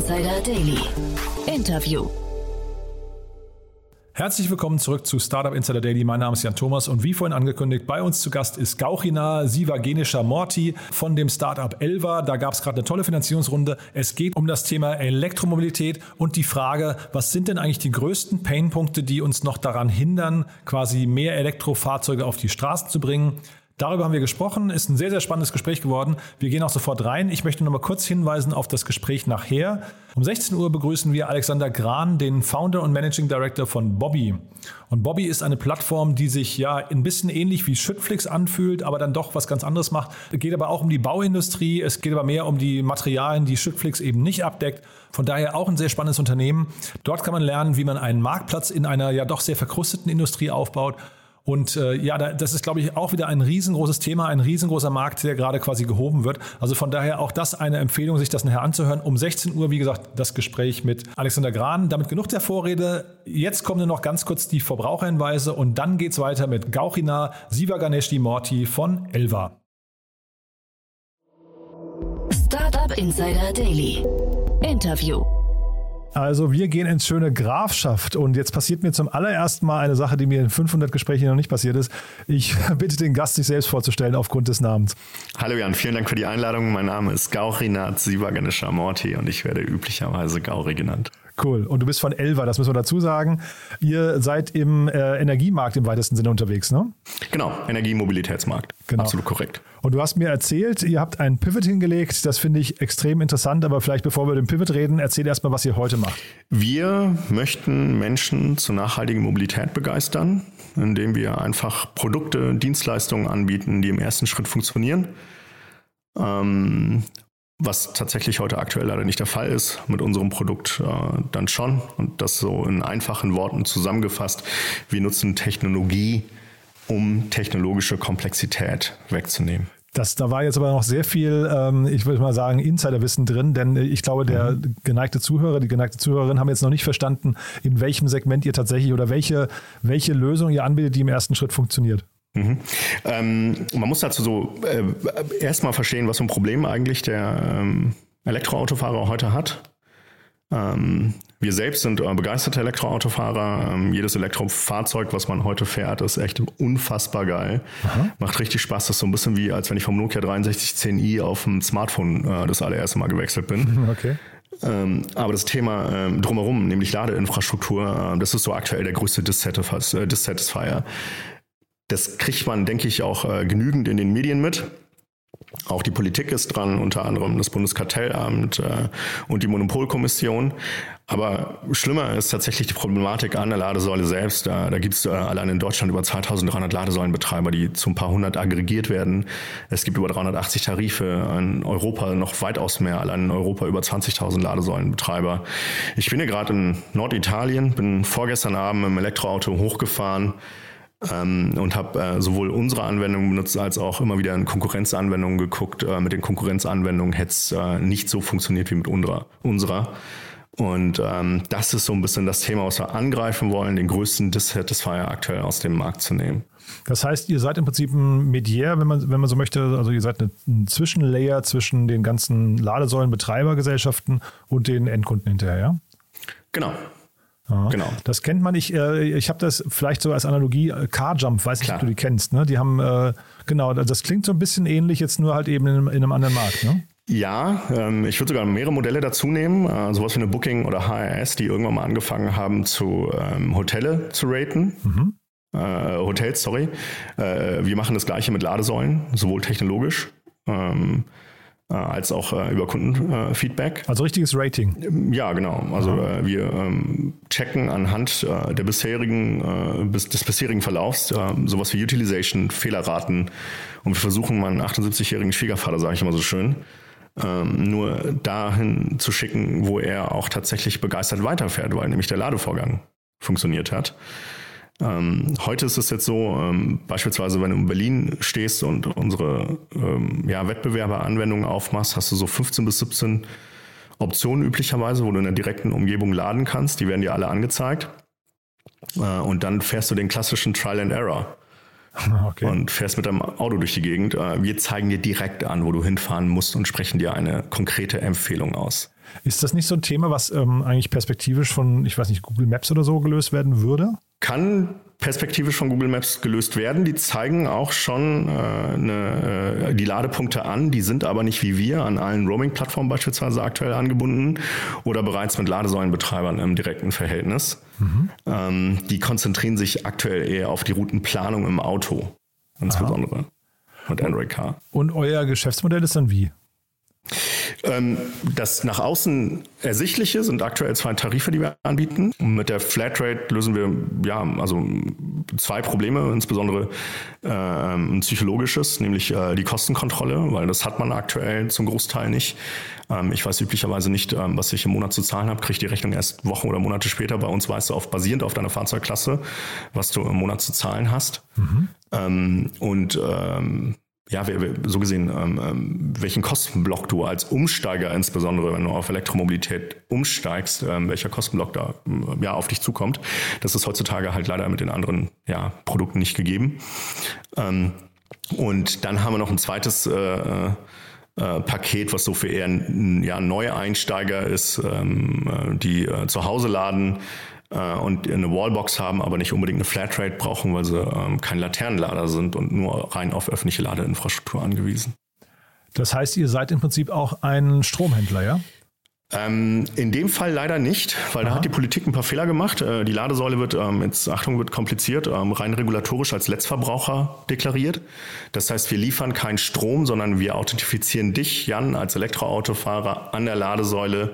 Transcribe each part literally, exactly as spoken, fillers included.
Insider Daily. Interview. Herzlich willkommen zurück zu Startup Insider Daily. Mein Name ist Jan Thomas und wie vorhin angekündigt, bei uns zu Gast ist Gauchina Siva Ganesha-Moorthy von dem Startup Elva. Da gab es gerade eine tolle Finanzierungsrunde. Es geht um das Thema Elektromobilität und die Frage, was sind denn eigentlich die größten Painpunkte, die uns noch daran hindern, quasi mehr Elektrofahrzeuge auf die Straßen zu bringen? Darüber haben wir gesprochen, ist ein sehr, sehr spannendes Gespräch geworden. Wir gehen auch sofort rein. Ich möchte noch mal kurz hinweisen auf das Gespräch nachher. Um sechzehn Uhr begrüßen wir Alexander Gran, den Founder und Managing Director von Bobby. Und Bobby ist eine Plattform, die sich ja ein bisschen ähnlich wie Schüttflix anfühlt, aber dann doch was ganz anderes macht. Es geht aber auch um die Bauindustrie, es geht aber mehr um die Materialien, die Schüttflix eben nicht abdeckt. Von daher auch ein sehr spannendes Unternehmen. Dort kann man lernen, wie man einen Marktplatz in einer ja doch sehr verkrusteten Industrie aufbaut. Und äh, ja, das ist, glaube ich, auch wieder ein riesengroßes Thema, ein riesengroßer Markt, der gerade quasi gehoben wird. Also von daher auch das eine Empfehlung, sich das nachher anzuhören. Um sechzehn Uhr, wie gesagt, das Gespräch mit Alexander Gran. Damit genug der Vorrede. Jetzt kommen nur noch ganz kurz die Verbraucherhinweise und dann geht's weiter mit Gauchina Siva Ganesha-Moorthy von Elva. Startup Insider Daily. Interview. Also wir gehen ins schöne Grafschaft und jetzt passiert mir zum allerersten Mal eine Sache, die mir in fünfhundert Gesprächen noch nicht passiert ist. Ich bitte den Gast, sich selbst vorzustellen aufgrund des Namens. Hallo Jan, vielen Dank für die Einladung. Mein Name ist Gauchina Siva Ganesha-Moorthy und ich werde üblicherweise Gauri genannt. Cool. Und du bist von Elva, das müssen wir dazu sagen. Ihr seid im äh, Energiemarkt im weitesten Sinne unterwegs, ne? Genau, Energie-Mobilitätsmarkt. Genau. Absolut korrekt. Und du hast mir erzählt, ihr habt einen Pivot hingelegt. Das finde ich extrem interessant. Aber vielleicht bevor wir über den Pivot reden, erzähl erstmal, was ihr heute macht. Wir möchten Menschen zur nachhaltigen Mobilität begeistern, indem wir einfach Produkte, Dienstleistungen anbieten, die im ersten Schritt funktionieren. Ähm, Was tatsächlich heute aktuell leider nicht der Fall ist, mit unserem Produkt äh, dann schon. Und das so in einfachen Worten zusammengefasst. Wir nutzen Technologie, um technologische Komplexität wegzunehmen. Das, da war jetzt aber noch sehr viel, ähm, ich würde mal sagen, Insiderwissen drin, denn ich glaube, der mhm. geneigte Zuhörer, die geneigte Zuhörerin haben jetzt noch nicht verstanden, in welchem Segment ihr tatsächlich oder welche, welche Lösung ihr anbietet, die im ersten Schritt funktioniert. Mhm. Ähm, man muss dazu so äh, erstmal verstehen, was für ein Problem eigentlich der ähm, Elektroautofahrer heute hat. Ähm, wir selbst sind äh, begeisterte Elektroautofahrer. Ähm, jedes Elektrofahrzeug, was man heute fährt, ist echt unfassbar geil. Aha. Macht richtig Spaß. Das ist so ein bisschen wie, als wenn ich vom Nokia dreiundsechzig zehn i auf dem Smartphone äh, das allererste Mal gewechselt bin. Okay. Ähm, aber das Thema ähm, drumherum, nämlich Ladeinfrastruktur, äh, das ist so aktuell der größte Dissatisfier. Äh, Dissatisfier. Das kriegt man, denke ich, auch äh, genügend in den Medien mit. Auch die Politik ist dran, unter anderem das Bundeskartellamt äh, und die Monopolkommission. Aber schlimmer ist tatsächlich die Problematik an der Ladesäule selbst. Da, da gibt es äh, allein in Deutschland über zweitausenddreihundert Ladesäulenbetreiber, die zu ein paar hundert aggregiert werden. Es gibt über dreihundertachtzig Tarife, in Europa noch weitaus mehr, allein in Europa über zwanzigtausend Ladesäulenbetreiber. Ich bin hier gerade in Norditalien, bin vorgestern Abend im Elektroauto hochgefahren, Ähm, und habe äh, sowohl unsere Anwendungen benutzt, als auch immer wieder in Konkurrenzanwendungen geguckt. Äh, mit den Konkurrenzanwendungen hätte es äh, nicht so funktioniert wie mit unserer. unserer. Und ähm, das ist so ein bisschen das Thema, was wir angreifen wollen, den größten Dissatisfier aktuell aus dem Markt zu nehmen. Das heißt, ihr seid im Prinzip ein Mediär, wenn man, wenn man so möchte, also ihr seid ein Zwischenlayer zwischen den ganzen Ladesäulenbetreibergesellschaften und den Endkunden hinterher, ja? Genau. Ja, genau. Das kennt man nicht. Ich habe das vielleicht so als Analogie, CarJump, weiß nicht, Klar. ob du die kennst. Ne? Die haben, genau, das klingt so ein bisschen ähnlich, jetzt nur halt eben in einem, in einem anderen Markt. Ne? Ja, ähm, ich würde sogar mehrere Modelle dazu nehmen, äh, sowas wie eine Booking oder H R S, die irgendwann mal angefangen haben, zu ähm, Hotelle zu raten. Mhm. Äh, Hotels, sorry. Äh, wir machen das Gleiche mit Ladesäulen, sowohl technologisch ähm, äh, als auch äh, über Kundenfeedback. Also richtiges Rating. Ja, genau. Also äh, wir ähm, checken anhand äh, der bisherigen, äh, bis, des bisherigen Verlaufs äh, sowas wie Utilization, Fehlerraten und wir versuchen mal einen achtundsiebzigjährigen Schwiegervater, sage ich immer so schön, ähm, nur dahin zu schicken, wo er auch tatsächlich begeistert weiterfährt, weil nämlich der Ladevorgang funktioniert hat. Ähm, heute ist es jetzt so, ähm, beispielsweise wenn du in Berlin stehst und unsere ähm, ja, Wettbewerberanwendungen aufmachst, hast du so fünfzehn bis siebzehn Optionen üblicherweise, wo du in der direkten Umgebung laden kannst. Die werden dir alle angezeigt. Äh, und dann fährst du den klassischen Trial and Error. Okay. Und fährst mit deinem Auto durch die Gegend. Äh, wir zeigen dir direkt an, wo du hinfahren musst und sprechen dir eine konkrete Empfehlung aus. Ist das nicht so ein Thema, was ähm, eigentlich perspektivisch von, ich weiß nicht, Google Maps oder so gelöst werden würde? Kann perspektivisch von Google Maps gelöst werden. Die zeigen auch schon äh, eine, äh, die Ladepunkte an. Die sind aber nicht wie wir an allen Roaming-Plattformen beispielsweise aktuell angebunden oder bereits mit Ladesäulenbetreibern im direkten Verhältnis. Mhm. Ähm, die konzentrieren sich aktuell eher auf die Routenplanung im Auto, insbesondere Aha. mit Android Car. Und euer Geschäftsmodell ist dann wie? Das nach außen Ersichtliche sind aktuell zwei Tarife, die wir anbieten. Mit der Flatrate lösen wir ja also zwei Probleme, insbesondere äh, ein psychologisches, nämlich äh, die Kostenkontrolle, weil das hat man aktuell zum Großteil nicht. Ähm, ich weiß üblicherweise nicht, ähm, was ich im Monat zu zahlen habe, kriege die Rechnung erst Wochen oder Monate später. Bei uns weißt du auf, basierend auf deiner Fahrzeugklasse, was du im Monat zu zahlen hast. Mhm. Ähm, und ähm, Ja, so gesehen, ähm, welchen Kostenblock du als Umsteiger, insbesondere wenn du auf Elektromobilität umsteigst, ähm, welcher Kostenblock da ähm, ja, auf dich zukommt. Das ist heutzutage halt leider mit den anderen ja, Produkten nicht gegeben. Ähm, und dann haben wir noch ein zweites äh, äh, Paket, was so für eher ein ja, Neueinsteiger ist, ähm, die äh, zu Hause laden und eine Wallbox haben, aber nicht unbedingt eine Flatrate brauchen, weil sie ähm, kein Laternenlader sind und nur rein auf öffentliche Ladeinfrastruktur angewiesen. Das heißt, ihr seid im Prinzip auch ein Stromhändler, ja? Ähm, in dem Fall leider nicht, weil Aha. da hat die Politik ein paar Fehler gemacht. Äh, die Ladesäule wird, ähm, jetzt Achtung, wird kompliziert, ähm, rein regulatorisch als Letztverbraucher deklariert. Das heißt, wir liefern keinen Strom, sondern wir authentifizieren dich, Jan, als Elektroautofahrer an der Ladesäule.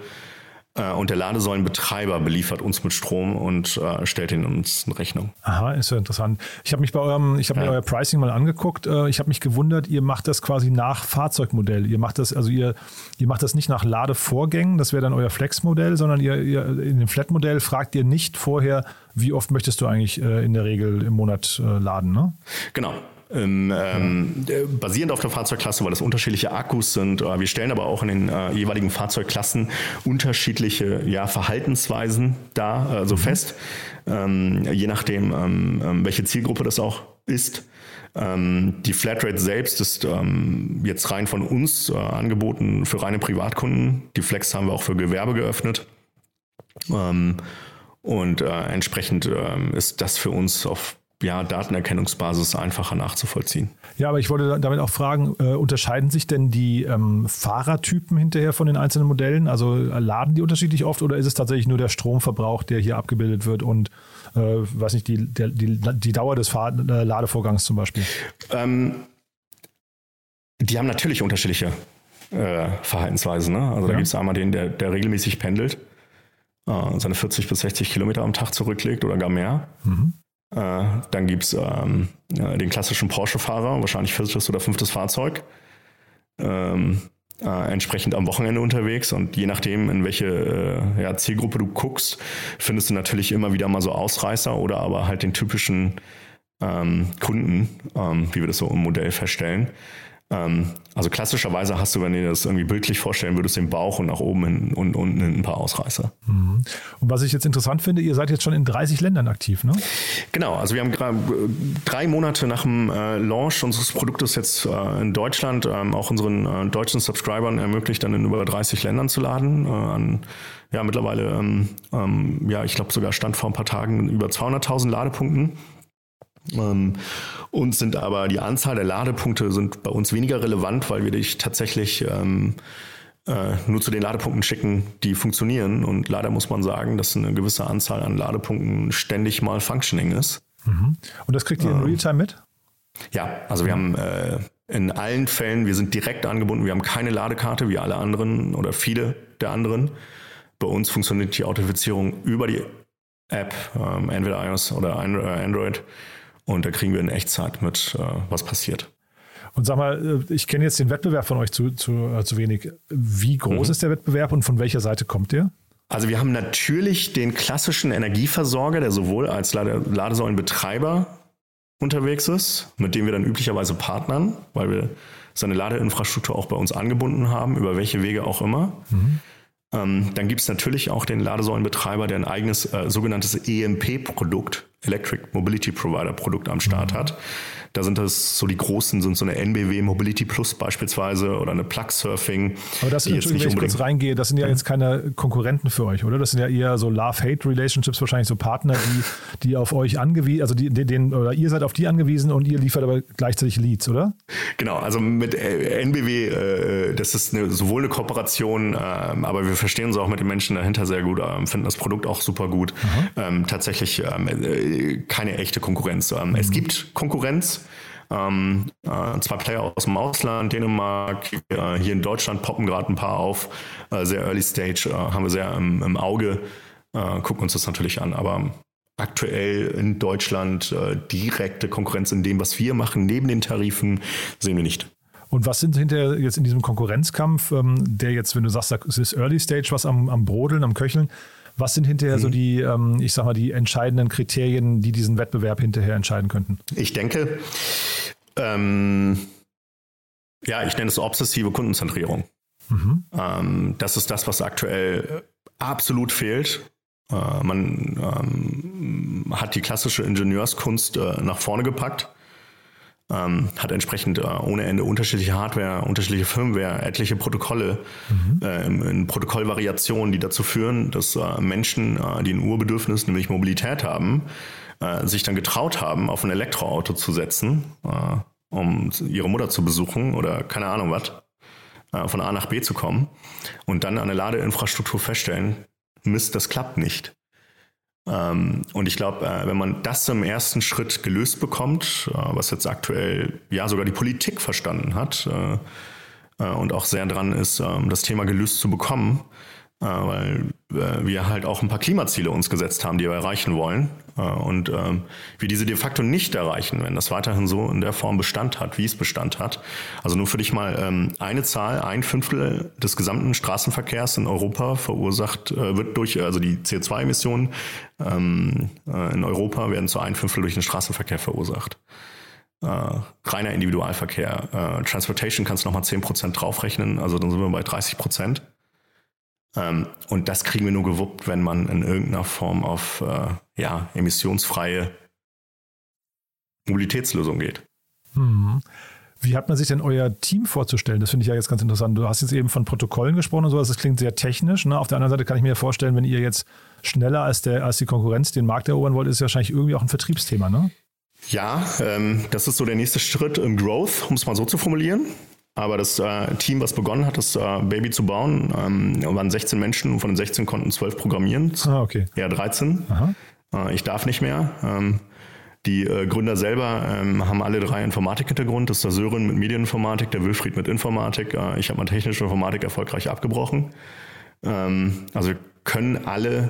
Und der Ladesäulenbetreiber beliefert uns mit Strom und äh, stellt ihn uns in Rechnung. Aha, ist ja interessant. Ich habe mich bei eurem, ich habe ja. mir euer Pricing mal angeguckt. Ich habe mich gewundert, ihr macht das quasi nach Fahrzeugmodell. Ihr macht das, also ihr, ihr macht das nicht nach Ladevorgängen, das wäre dann euer Flex-Modell, sondern ihr, ihr in dem Flat-Modell fragt ihr nicht vorher, wie oft möchtest du eigentlich äh, in der Regel im Monat äh, laden, ne? Genau. Ähm, ähm, basierend auf der Fahrzeugklasse, weil das unterschiedliche Akkus sind. Äh, wir stellen aber auch in den äh, jeweiligen Fahrzeugklassen unterschiedliche ja, Verhaltensweisen dar, also mhm. fest, ähm, je nachdem, ähm, welche Zielgruppe das auch ist. Ähm, die Flatrate selbst ist ähm, jetzt rein von uns äh, angeboten für reine Privatkunden. Die Flex haben wir auch für Gewerbe geöffnet. Ähm, und äh, entsprechend ähm, ist das für uns auf ja, Datenerkennungsbasis einfacher nachzuvollziehen. Ja, aber ich wollte damit auch fragen, äh, unterscheiden sich denn die ähm, Fahrertypen hinterher von den einzelnen Modellen? Also äh, laden die unterschiedlich oft oder ist es tatsächlich nur der Stromverbrauch, der hier abgebildet wird und äh, weiß nicht, die, der, die, die Dauer des Fahr- äh, Ladevorgangs zum Beispiel? Ähm, die haben natürlich unterschiedliche äh, Verhaltensweisen. Ne? Also ja. da gibt es einmal den, der, der regelmäßig pendelt, äh, seine vierzig bis sechzig Kilometer am Tag zurücklegt oder gar mehr. Mhm. Äh, dann gibt es ähm, äh, den klassischen Porsche-Fahrer, wahrscheinlich viertes oder fünftes Fahrzeug, ähm, äh, entsprechend am Wochenende unterwegs. Und je nachdem, in welche äh, ja, Zielgruppe du guckst, findest du natürlich immer wieder mal so Ausreißer oder aber halt den typischen ähm, Kunden, ähm, wie wir das so im Modell feststellen. Ähm, also klassischerweise hast du, wenn du dir das irgendwie bildlich vorstellen würdest, den Bauch und nach oben hin und unten hin ein paar Ausreißer. Mhm. Und was ich jetzt interessant finde, ihr seid jetzt schon in dreißig Ländern aktiv, ne? Genau, also wir haben gerade drei Monate nach dem äh, Launch unseres Produktes jetzt äh, in Deutschland ähm, auch unseren äh, deutschen Subscribern ermöglicht, dann in über dreißig Ländern zu laden. Äh, an, ja, mittlerweile, ähm, ähm, ja, ich glaube sogar stand vor ein paar Tagen über zweihunderttausend Ladepunkten. Ähm, uns sind aber die Anzahl der Ladepunkte sind bei uns weniger relevant, weil wir dich tatsächlich ähm, äh, nur zu den Ladepunkten schicken, die funktionieren. Und leider muss man sagen, dass eine gewisse Anzahl an Ladepunkten ständig mal functioning ist. Mhm. Und das kriegt ihr in Realtime mit? Ja, also wir haben äh, in allen Fällen, wir sind direkt angebunden, wir haben keine Ladekarte wie alle anderen oder viele der anderen. Bei uns funktioniert die Authentifizierung über die App, ähm, entweder iOS oder Android. Und da kriegen wir in Echtzeit mit, äh, was passiert. Und sag mal, ich kenne jetzt den Wettbewerb von euch zu, zu, äh, zu wenig. Wie groß mhm. ist der Wettbewerb und von welcher Seite kommt der? Also wir haben natürlich den klassischen Energieversorger, der sowohl als Lade- Ladesäulenbetreiber unterwegs ist, mit dem wir dann üblicherweise partnern, weil wir seine Ladeinfrastruktur auch bei uns angebunden haben, über welche Wege auch immer. Mhm. Ähm, dann gibt es natürlich auch den Ladesäulenbetreiber, der ein eigenes äh, sogenanntes E M P-Produkt Electric Mobility Provider Produkt am Start mhm. hat. Da sind das so die großen, sind so eine N B W Mobility Plus beispielsweise oder eine Plug Surfing. Aber das, Entschuldigung, wenn ich kurz reingehe, das sind ja jetzt keine Konkurrenten für euch, oder? Das sind ja eher so Love-Hate-Relationships, wahrscheinlich so Partner, die, die auf euch angewiesen, also die, den, oder ihr seid auf die angewiesen und ihr liefert aber gleichzeitig Leads, oder? Genau, also mit N B W, äh, das ist eine, sowohl eine Kooperation, äh, aber wir verstehen uns auch mit den Menschen dahinter sehr gut, äh, finden das Produkt auch super gut. Ähm, tatsächlich ähm, äh, keine echte Konkurrenz. Ähm, mhm. Es gibt Konkurrenz. Ähm, äh, zwei Player aus dem Ausland, Dänemark, äh, hier in Deutschland poppen gerade ein paar auf, äh, sehr early stage, äh, haben wir sehr im, im Auge, äh, gucken uns das natürlich an, aber aktuell in Deutschland äh, direkte Konkurrenz in dem, was wir machen, neben den Tarifen, sehen wir nicht. Und was sind hinterher jetzt in diesem Konkurrenzkampf, ähm, der jetzt, wenn du sagst, es ist Early Stage, was am, am Brodeln, am Köcheln, was sind hinterher mhm. so die, ähm, ich sag mal, die entscheidenden Kriterien, die diesen Wettbewerb hinterher entscheiden könnten? Ich denke, ähm, ja, ich nenne es obsessive Kundenzentrierung. Mhm. Ähm, das ist das, was aktuell absolut fehlt. Äh, man ähm, hat die klassische Ingenieurskunst äh, nach vorne gepackt. Ähm, hat entsprechend äh, ohne Ende unterschiedliche Hardware, unterschiedliche Firmware, etliche Protokolle, mhm. äh, in, in Protokollvariationen, die dazu führen, dass äh, Menschen, äh, die ein Urbedürfnis, nämlich Mobilität haben, äh, sich dann getraut haben, auf ein Elektroauto zu setzen, äh, um ihre Mutter zu besuchen oder keine Ahnung was, äh, von A nach B zu kommen und dann eine Ladeinfrastruktur feststellen, Mist, das klappt nicht. Und ich glaube, wenn man das im ersten Schritt gelöst bekommt, was jetzt aktuell ja sogar die Politik verstanden hat und auch sehr dran ist, das Thema gelöst zu bekommen, weil wir halt auch ein paar Klimaziele uns gesetzt haben, die wir erreichen wollen und wir diese de facto nicht erreichen, wenn das weiterhin so in der Form Bestand hat, wie es Bestand hat. Also nur für dich mal eine Zahl, ein Fünftel des gesamten Straßenverkehrs in Europa verursacht, wird durch, also die C O zwei Emissionen in Europa werden zu ein Fünftel durch den Straßenverkehr verursacht. Uh, reiner Individualverkehr. Uh, Transportation kannst du nochmal zehn Prozent draufrechnen, also dann sind wir bei dreißig Prozent. Um, und das kriegen wir nur gewuppt, wenn man in irgendeiner Form auf uh, ja, emissionsfreie Mobilitätslösungen geht. Hm. Wie hat man sich denn euer Team vorzustellen? Das finde ich ja jetzt ganz interessant. Du hast jetzt eben von Protokollen gesprochen und so, das klingt sehr technisch. Ne? Auf der anderen Seite kann ich mir vorstellen, wenn ihr jetzt schneller als, der, als die Konkurrenz den Markt erobern wollt, ist es wahrscheinlich irgendwie auch ein Vertriebsthema, ne? Ja, ähm, das ist so der nächste Schritt im Growth, um es mal so zu formulieren. Aber das äh, Team, was begonnen hat, das äh, Baby zu bauen, ähm, waren sechzehn Menschen und von den sechzehn konnten zwölf programmieren. Ah, okay. Eher dreizehn. Äh, ich darf nicht mehr. Ähm, die äh, Gründer selber ähm, haben alle drei Informatik-Hintergrund. Das ist der Sören mit Medieninformatik, der Wilfried mit Informatik. Äh, ich habe mal technische Informatik erfolgreich abgebrochen. Ähm, also wir können alle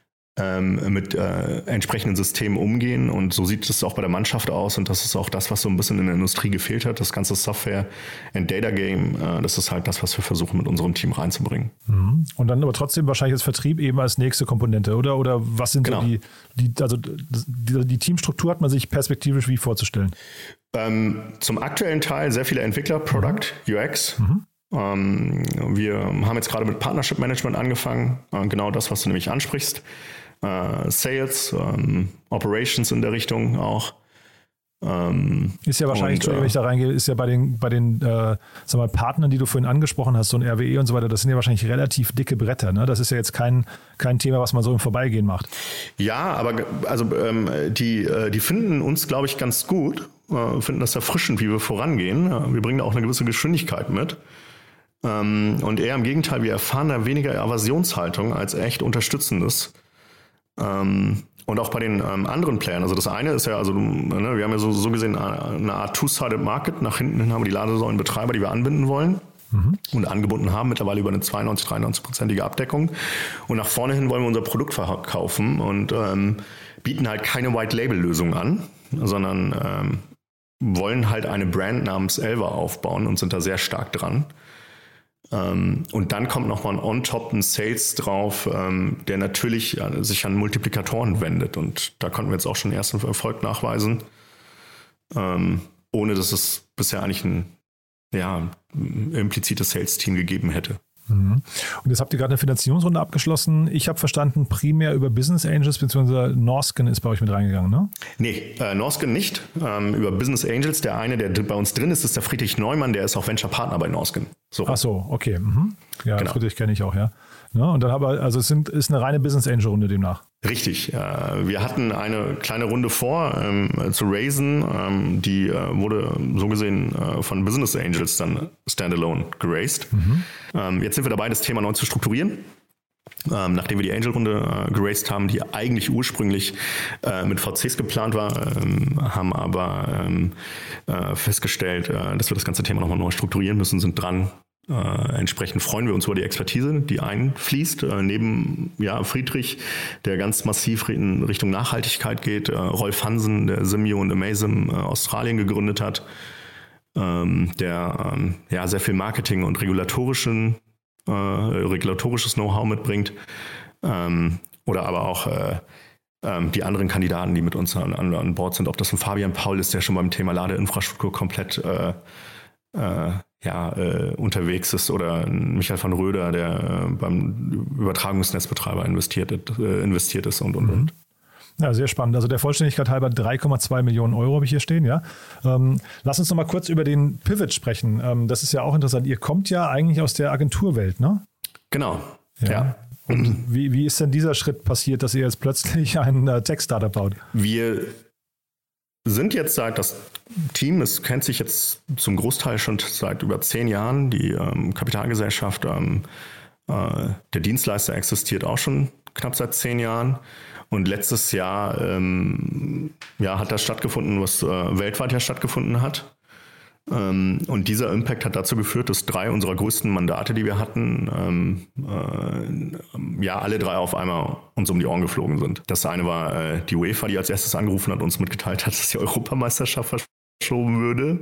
mit äh, entsprechenden Systemen umgehen und so sieht es auch bei der Mannschaft aus und das ist auch das, was so ein bisschen in der Industrie gefehlt hat, das ganze Software and Data Game, äh, das ist halt das, was wir versuchen mit unserem Team reinzubringen. Mhm. Und dann aber trotzdem wahrscheinlich das Vertrieb eben als nächste Komponente, oder? Oder was sind genau. so die, die, also die, die Teamstruktur hat man sich perspektivisch wie vorzustellen? Ähm, zum aktuellen Teil sehr viele Entwickler, Product, mhm. U X. Mhm. Ähm, wir haben jetzt gerade mit Partnership Management angefangen, äh, genau das, was du nämlich ansprichst. Uh, Sales, um, Operations in der Richtung auch. Um, ist ja wahrscheinlich, und, wenn ich da reingehe, ist ja bei den, bei den äh, sag mal, Partnern, die du vorhin angesprochen hast, so ein R W E und so weiter, das sind ja wahrscheinlich relativ dicke Bretter. Ne? Das ist ja jetzt kein, kein Thema, was man so im Vorbeigehen macht. Ja, aber also ähm, die, äh, die finden uns, glaube ich, ganz gut, äh, finden das erfrischend, wie wir vorangehen. Wir bringen da auch eine gewisse Geschwindigkeit mit. Ähm, und eher im Gegenteil, wir erfahren da weniger Aversionshaltung als echt Unterstützendes. Ähm, und auch bei den ähm, anderen Playern, also das eine ist ja, also ne, wir haben ja so, so gesehen eine Art Two-Sided Market, nach hinten hin haben wir die Ladesäulenbetreiber, die wir anbinden wollen mhm. und angebunden haben, mittlerweile über eine zweiundneunzig, dreiundneunzig-prozentige Abdeckung und nach vorne hin wollen wir unser Produkt verkaufen und ähm, bieten halt keine White-Label-Lösung an, sondern ähm, wollen halt eine Brand namens Elva aufbauen und sind da sehr stark dran. Ähm, und dann kommt nochmal ein On-Top, ein Sales drauf, ähm, der natürlich äh, sich an Multiplikatoren wendet. Und da konnten wir jetzt auch schon ersten Erfolg nachweisen, ähm, ohne dass es bisher eigentlich ein ja, implizites Sales-Team gegeben hätte. Und jetzt habt ihr gerade eine Finanzierungsrunde abgeschlossen. Ich habe verstanden, primär über Business Angels, beziehungsweise Norsken ist bei euch mit reingegangen, ne? Nee, äh, Norsken nicht. Ähm, über Business Angels. Der eine, der bei uns drin ist, ist der Friedrich Neumann, der ist auch Venture-Partner bei Norsken. So. Ach so, okay. Mhm. Ja, genau. Friedrich kenne ich auch, ja. Ja, und dann aber, also es sind, ist eine reine Business Angel Runde demnach. Richtig. Äh, wir hatten eine kleine Runde vor ähm, zu raisen. Ähm, die äh, wurde so gesehen äh, von Business Angels dann standalone geraced. Mhm. Ähm, jetzt sind wir dabei, das Thema neu zu strukturieren. Ähm, nachdem wir die Angel-Runde äh, geraced haben, die eigentlich ursprünglich äh, mit V Cs geplant war, ähm, haben aber ähm, äh, festgestellt, äh, dass wir das ganze Thema nochmal neu strukturieren müssen, sind dran. Äh, entsprechend freuen wir uns über die Expertise, die einfließt. Äh, neben ja, Friedrich, der ganz massiv in Richtung Nachhaltigkeit geht, äh, Rolf Hansen, der Simio und Amazim äh, Australien gegründet hat, ähm, der ähm, ja, sehr viel Marketing und regulatorischen, äh, regulatorisches Know-how mitbringt. Ähm, oder aber auch äh, ähm, die anderen Kandidaten, die mit uns an, an, an Bord sind, ob das ein Fabian Paul ist, der schon beim Thema Ladeinfrastruktur komplett äh, äh, ja, äh, unterwegs ist, oder Michael van Röder, der äh, beim Übertragungsnetzbetreiber investiert, äh, investiert ist und, und, mhm. und. Ja, sehr spannend. Also der Vollständigkeit halber drei Komma zwei Millionen Euro habe ich hier stehen, ja. Ähm, lass uns noch mal kurz über den Pivot sprechen. Ähm, das ist ja auch interessant. Ihr kommt ja eigentlich aus der Agenturwelt, ne? Genau, ja. ja. Und wie, wie ist denn dieser Schritt passiert, dass ihr jetzt plötzlich ein äh, Tech-Startup baut? Wir sind jetzt seit, das Team, es kennt sich jetzt zum Großteil schon seit über zehn Jahren. Die ähm, Kapitalgesellschaft, ähm, äh, der Dienstleister existiert auch schon knapp seit zehn Jahren. Und letztes Jahr ähm, ja, hat das stattgefunden, was äh, weltweit ja stattgefunden hat. Ähm, und dieser Impact hat dazu geführt, dass drei unserer größten Mandate, die wir hatten, ähm, äh, ja, alle drei auf einmal uns um die Ohren geflogen sind. Das eine war äh, die UEFA, die als erstes angerufen hat, uns mitgeteilt hat, dass die Europameisterschaft verschoben würde.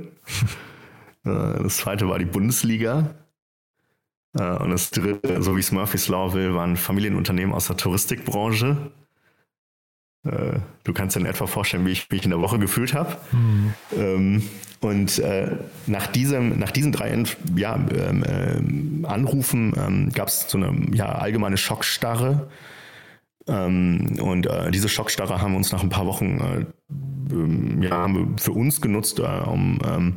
äh, das zweite war die Bundesliga. Äh, und das dritte, so wie es Murphy's Law will, waren Familienunternehmen aus der Touristikbranche. Du kannst dir in etwa vorstellen, wie ich mich in der Woche gefühlt habe. Mhm. Ähm, und äh, nach, diesem, nach diesen drei ja, ähm, Anrufen ähm, gab es so eine ja, allgemeine Schockstarre. Ähm, und äh, diese Schockstarre haben wir uns nach ein paar Wochen äh, ja, haben wir für uns genutzt, äh, um ähm,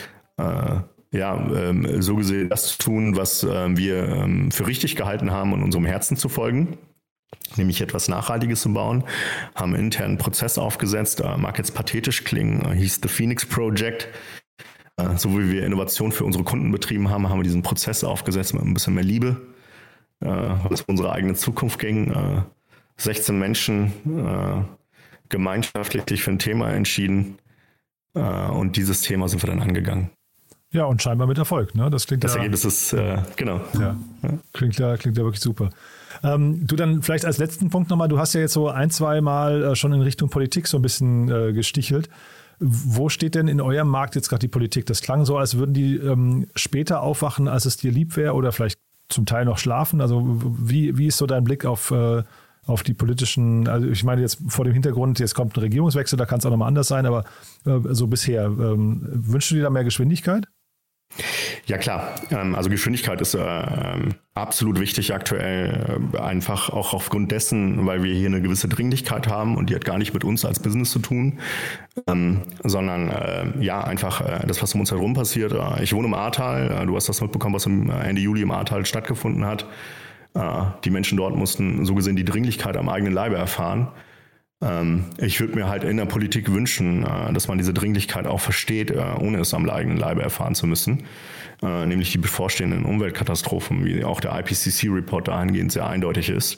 äh, ja, ähm, so gesehen das zu tun, was äh, wir ähm, für richtig gehalten haben und unserem Herzen zu folgen. Nämlich etwas Nachhaltiges zu bauen, haben einen internen Prozess aufgesetzt, äh, mag jetzt pathetisch klingen, äh, hieß The Phoenix Project. Äh, so wie wir Innovation für unsere Kunden betrieben haben, haben wir diesen Prozess aufgesetzt mit ein bisschen mehr Liebe, äh, was um unsere eigene Zukunft ging. Äh, sechzehn Menschen äh, gemeinschaftlich sich für ein Thema entschieden äh, und dieses Thema sind wir dann angegangen. Ja, und scheinbar mit Erfolg, ne? Das klingt das ja, Ergebnis ist, äh, genau. Ja, klingt ja, klingt ja wirklich super. Ähm, du dann vielleicht als letzten Punkt nochmal, du hast ja jetzt so ein, zwei Mal äh, schon in Richtung Politik so ein bisschen äh, gestichelt. Wo steht denn in eurem Markt jetzt gerade die Politik? Das klang so, als würden die ähm, später aufwachen, als es dir lieb wäre, oder vielleicht zum Teil noch schlafen. Also wie, wie ist so dein Blick auf, äh, auf die politischen, also ich meine jetzt vor dem Hintergrund, jetzt kommt ein Regierungswechsel, da kann es auch nochmal anders sein, aber äh, so bisher, ähm, wünschst du dir da mehr Geschwindigkeit? Ja klar, also Geschwindigkeit ist äh, absolut wichtig aktuell, äh, einfach auch aufgrund dessen, weil wir hier eine gewisse Dringlichkeit haben und die hat gar nicht mit uns als Business zu tun, ähm, sondern äh, ja einfach äh, das, was um uns herum passiert. Äh, ich wohne im Ahrtal, äh, du hast das mitbekommen, was im Ende Juli im Ahrtal stattgefunden hat. Äh, die Menschen dort mussten so gesehen die Dringlichkeit am eigenen Leibe erfahren. Ich würde mir halt in der Politik wünschen, dass man diese Dringlichkeit auch versteht, ohne es am eigenen Leibe erfahren zu müssen. Nämlich die bevorstehenden Umweltkatastrophen, wie auch der I P C C-Report dahingehend sehr eindeutig ist.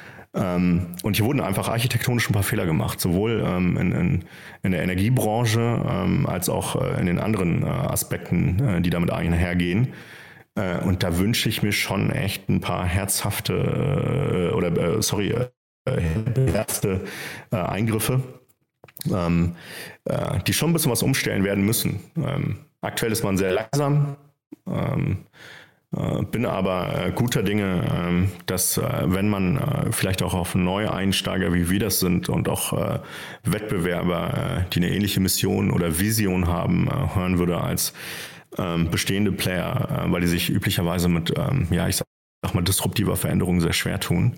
Und hier wurden einfach architektonisch ein paar Fehler gemacht, sowohl in, in, in der Energiebranche als auch in den anderen Aspekten, die damit einhergehen. Und da wünsche ich mir schon echt ein paar herzhafte oder, sorry, erste äh, Eingriffe, ähm, äh, die schon ein bisschen was umstellen werden müssen. Ähm, aktuell ist man sehr langsam, ähm, äh, bin aber äh, guter Dinge, äh, dass äh, wenn man äh, vielleicht auch auf neue Einsteiger, wie wir das sind, und auch äh, Wettbewerber, äh, die eine ähnliche Mission oder Vision haben, äh, hören würde als äh, bestehende Player, äh, weil die sich üblicherweise mit, äh, ja, ich sag sag mal, disruptiver Veränderung sehr schwer tun.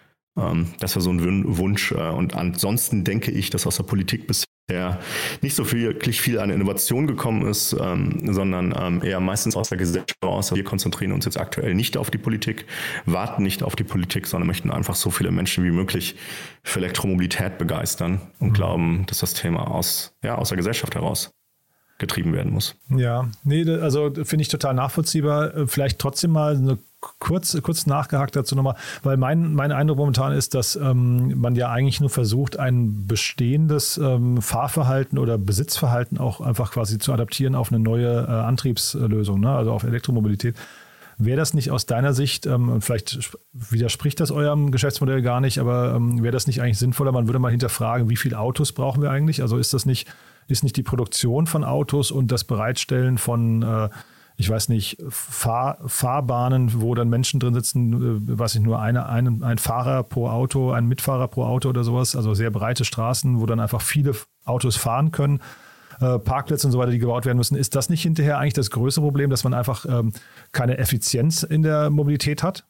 Ähm, das war so ein Wunsch. Äh, und ansonsten denke ich, dass aus der Politik bisher nicht so viel, wirklich viel an Innovation gekommen ist, ähm, sondern ähm, eher meistens aus der Gesellschaft raus. Wir konzentrieren uns jetzt aktuell nicht auf die Politik, warten nicht auf die Politik, sondern möchten einfach so viele Menschen wie möglich für Elektromobilität begeistern und mhm. glauben, dass das Thema aus, ja, aus der Gesellschaft heraus getrieben werden muss. Ja, nee, also finde ich total nachvollziehbar. Vielleicht trotzdem mal eine kurz, kurz nachgehakt dazu nochmal, weil mein, mein Eindruck momentan ist, dass ähm, man ja eigentlich nur versucht, ein bestehendes ähm, Fahrverhalten oder Besitzverhalten auch einfach quasi zu adaptieren auf eine neue äh, Antriebslösung, ne? Also auf Elektromobilität. Wäre das nicht aus deiner Sicht, ähm, vielleicht widerspricht das eurem Geschäftsmodell gar nicht, aber ähm, wäre das nicht eigentlich sinnvoller? Man würde mal hinterfragen, wie viele Autos brauchen wir eigentlich? Also ist das nicht, ist nicht die Produktion von Autos und das Bereitstellen von, äh, ich weiß nicht, Fahr- Fahrbahnen, wo dann Menschen drin sitzen, äh, weiß ich nur, eine, eine, ein Fahrer pro Auto, ein Mitfahrer pro Auto oder sowas, also sehr breite Straßen, wo dann einfach viele Autos fahren können. Parkplätze und so weiter, die gebaut werden müssen. Ist das nicht hinterher eigentlich das größere Problem, dass man einfach ähm, keine Effizienz in der Mobilität hat?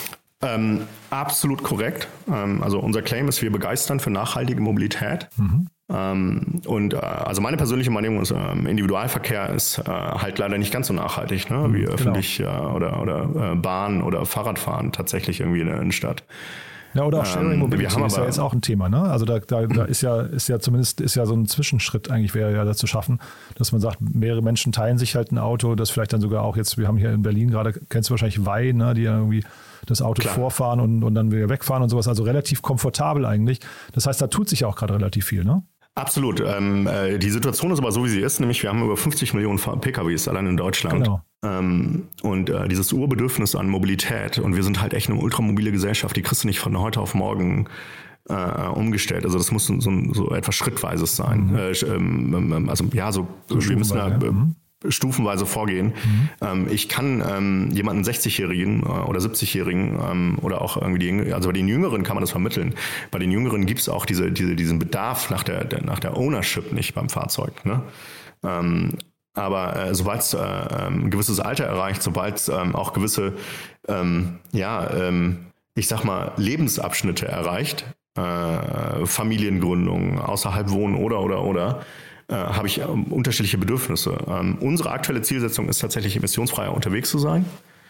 Ähm, absolut korrekt. Ähm, also unser Claim ist, wir begeistern für nachhaltige Mobilität. Mhm. Ähm, und äh, also meine persönliche Meinung ist, ähm, Individualverkehr ist äh, halt leider nicht ganz so nachhaltig, ne? wie genau. öffentlich äh, oder, oder äh, Bahn oder Fahrradfahren tatsächlich irgendwie in der Innenstadt. Ja, oder auch Sharing Mobility ähm, ist ja jetzt auch ein Thema, ne? Also da, da, da ist ja, ist ja zumindest ist ja so ein Zwischenschritt eigentlich, wäre ja dazu schaffen, dass man sagt, mehrere Menschen teilen sich halt ein Auto, das vielleicht dann sogar auch jetzt, wir haben hier in Berlin gerade, kennst du wahrscheinlich Wei, ne, die ja irgendwie das Auto Klar. vorfahren und, und dann wieder wegfahren und sowas, also relativ komfortabel eigentlich. Das heißt, da tut sich auch gerade relativ viel, ne? Absolut. Ähm, äh, die Situation ist aber so, wie sie ist, nämlich wir haben über fünfzig Millionen P K Ws allein in Deutschland. Genau. Ähm, und äh, dieses Urbedürfnis an Mobilität, und wir sind halt echt eine ultramobile Gesellschaft, die kriegst du nicht von heute auf morgen äh, umgestellt. Also das muss so, so, so etwas Schrittweises sein. Mhm. Äh, ähm, also ja, so, so wir müssen da äh, mhm. stufenweise vorgehen. Mhm. Ähm, ich kann ähm, jemanden sechzigjährigen äh, oder siebzigjährigen ähm, oder auch irgendwie die, also bei den Jüngeren kann man das vermitteln. Bei den Jüngeren gibt es auch diese, diese, diesen Bedarf nach der, der, nach der Ownership nicht beim Fahrzeug. Ne? Ähm, aber äh, sobald es äh, ein gewisses Alter erreicht, sobald es ähm, auch gewisse, ähm, ja, ähm, ich sag mal, Lebensabschnitte erreicht, äh, Familiengründung, außerhalb wohnen oder, oder, oder, äh, habe ich ähm, unterschiedliche Bedürfnisse. Ähm, unsere aktuelle Zielsetzung ist tatsächlich, emissionsfreier unterwegs zu sein.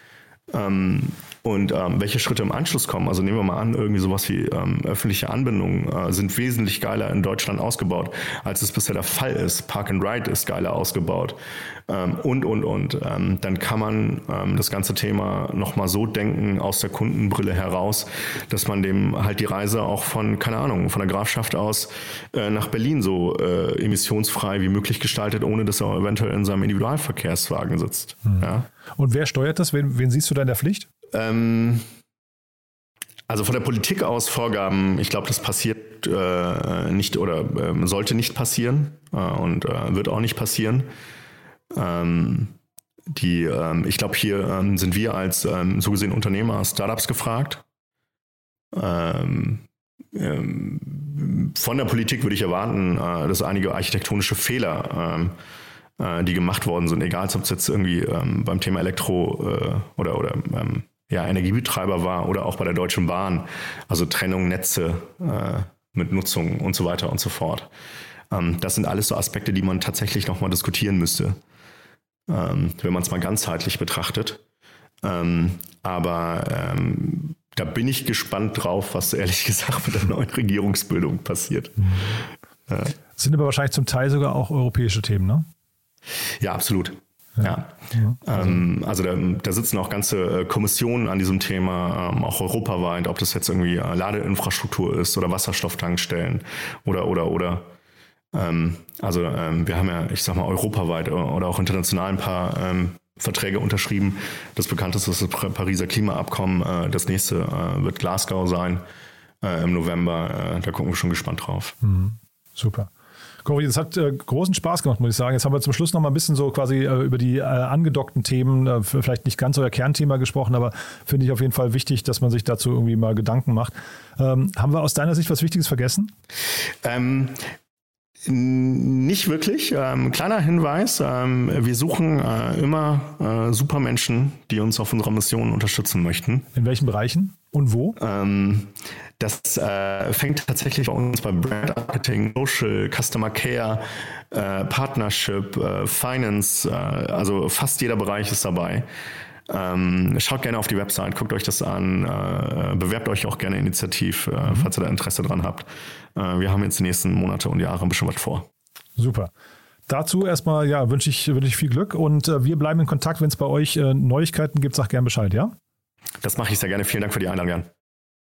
Ähm, und ähm, welche Schritte im Anschluss kommen, also nehmen wir mal an, irgendwie sowas wie ähm, öffentliche Anbindungen äh, sind wesentlich geiler in Deutschland ausgebaut, als es bisher der Fall ist. Park and Ride ist geiler ausgebaut ähm, und, und, und. Ähm, dann kann man ähm, das ganze Thema nochmal so denken aus der Kundenbrille heraus, dass man dem halt die Reise auch von, keine Ahnung, von der Grafschaft aus äh, nach Berlin so äh, emissionsfrei wie möglich gestaltet, ohne dass er eventuell in seinem Individualverkehrswagen sitzt. Mhm. Ja? Und wer steuert das? Wen, wen siehst du da in der Pflicht? Ähm, also von der Politik aus Vorgaben, ich glaube, das passiert äh, nicht oder äh, sollte nicht passieren äh, und äh, wird auch nicht passieren. Ähm, die, ähm, ich glaube, hier ähm, sind wir als ähm, so gesehen Unternehmer, Startups gefragt. Ähm, ähm, von der Politik würde ich erwarten, äh, dass einige architektonische Fehler ähm, die gemacht worden sind, egal ob es jetzt irgendwie ähm, beim Thema Elektro äh, oder, oder ähm, ja, Energiebetreiber war oder auch bei der Deutschen Bahn, also Trennung, Netze äh, mit Nutzung und so weiter und so fort. Ähm, das sind alles so Aspekte, die man tatsächlich nochmal diskutieren müsste, ähm, wenn man es mal ganzheitlich betrachtet. Ähm, aber ähm, da bin ich gespannt drauf, was ehrlich gesagt mit der neuen Regierungsbildung passiert. Mhm. Ja. Das sind aber wahrscheinlich zum Teil sogar auch europäische Themen, ne? Ja, absolut. Ja. ja. Also, ähm, also da, da sitzen auch ganze äh, Kommissionen an diesem Thema, ähm, auch europaweit, ob das jetzt irgendwie äh, Ladeinfrastruktur ist oder Wasserstofftankstellen oder, oder, oder. Ähm, also ähm, wir haben ja, ich sag mal, europaweit oder auch international ein paar ähm, Verträge unterschrieben. Das bekannteste ist das Pariser Klimaabkommen. Äh, das nächste äh, wird Glasgow sein äh, im November. Äh, da gucken wir schon gespannt drauf. Mhm. Super. Cory, das hat äh, großen Spaß gemacht, muss ich sagen. Jetzt haben wir zum Schluss noch mal ein bisschen so quasi äh, über die äh, angedockten Themen, äh, vielleicht nicht ganz euer Kernthema gesprochen, aber finde ich auf jeden Fall wichtig, dass man sich dazu irgendwie mal Gedanken macht. Ähm, haben wir aus deiner Sicht was Wichtiges vergessen? Ähm, Nicht wirklich. Ähm, kleiner Hinweis, ähm, wir suchen äh, immer äh, Supermenschen, die uns auf unserer Mission unterstützen möchten. In welchen Bereichen und wo? Ähm, das äh, fängt tatsächlich bei uns bei Brand Marketing, Social, Customer Care, äh, Partnership, äh, Finance, äh, also fast jeder Bereich ist dabei. Ähm, schaut gerne auf die Website, guckt euch das an, äh, bewerbt euch auch gerne initiativ, äh, mhm. falls ihr da Interesse dran habt. Äh, wir haben jetzt die nächsten Monate und Jahre ein bisschen was vor. Super. Dazu erstmal ja, wünsche ich, wünsche ich viel Glück und äh, wir bleiben in Kontakt, wenn es bei euch äh, Neuigkeiten gibt, sag gerne Bescheid, ja? Das mache ich sehr gerne. Vielen Dank für die Einladung, Jan.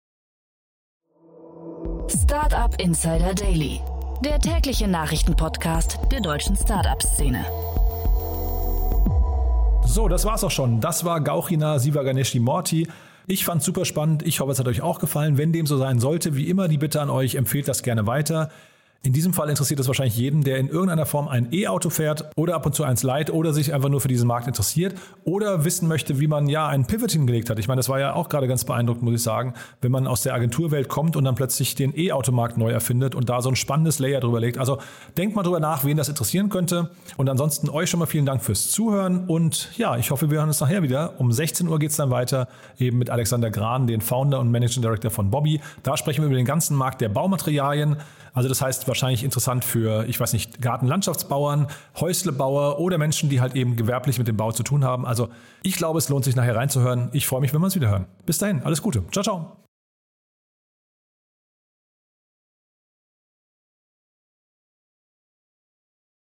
Startup Insider Daily, der tägliche Nachrichtenpodcast der deutschen Startup-Szene. So, das war's auch schon. Das war Gauchina Sivaganeshimorty. Ich fand's super spannend. Ich hoffe, es hat euch auch gefallen. Wenn dem so sein sollte, wie immer die Bitte an euch, empfehlt das gerne weiter. In diesem Fall interessiert es wahrscheinlich jeden, der in irgendeiner Form ein E-Auto fährt oder ab und zu eins leiht oder sich einfach nur für diesen Markt interessiert oder wissen möchte, wie man ja einen Pivot hingelegt hat. Ich meine, das war ja auch gerade ganz beeindruckend, muss ich sagen, wenn man aus der Agenturwelt kommt und dann plötzlich den E-Automarkt neu erfindet und da so ein spannendes Layer drüber legt. Also denkt mal drüber nach, wen das interessieren könnte. Und ansonsten euch schon mal vielen Dank fürs Zuhören und ja, ich hoffe, wir hören uns nachher wieder. Um sechzehn Uhr geht es dann weiter, eben mit Alexander Gran, den Founder und Managing Director von Bobby. Da sprechen wir über den ganzen Markt der Baumaterialien. Also das heißt wahrscheinlich interessant für, ich weiß nicht, Gartenlandschaftsbauern, Häuslebauer oder Menschen, die halt eben gewerblich mit dem Bau zu tun haben. Also ich glaube, es lohnt sich nachher reinzuhören. Ich freue mich, wenn wir uns wieder hören. Bis dahin, alles Gute. Ciao, ciao.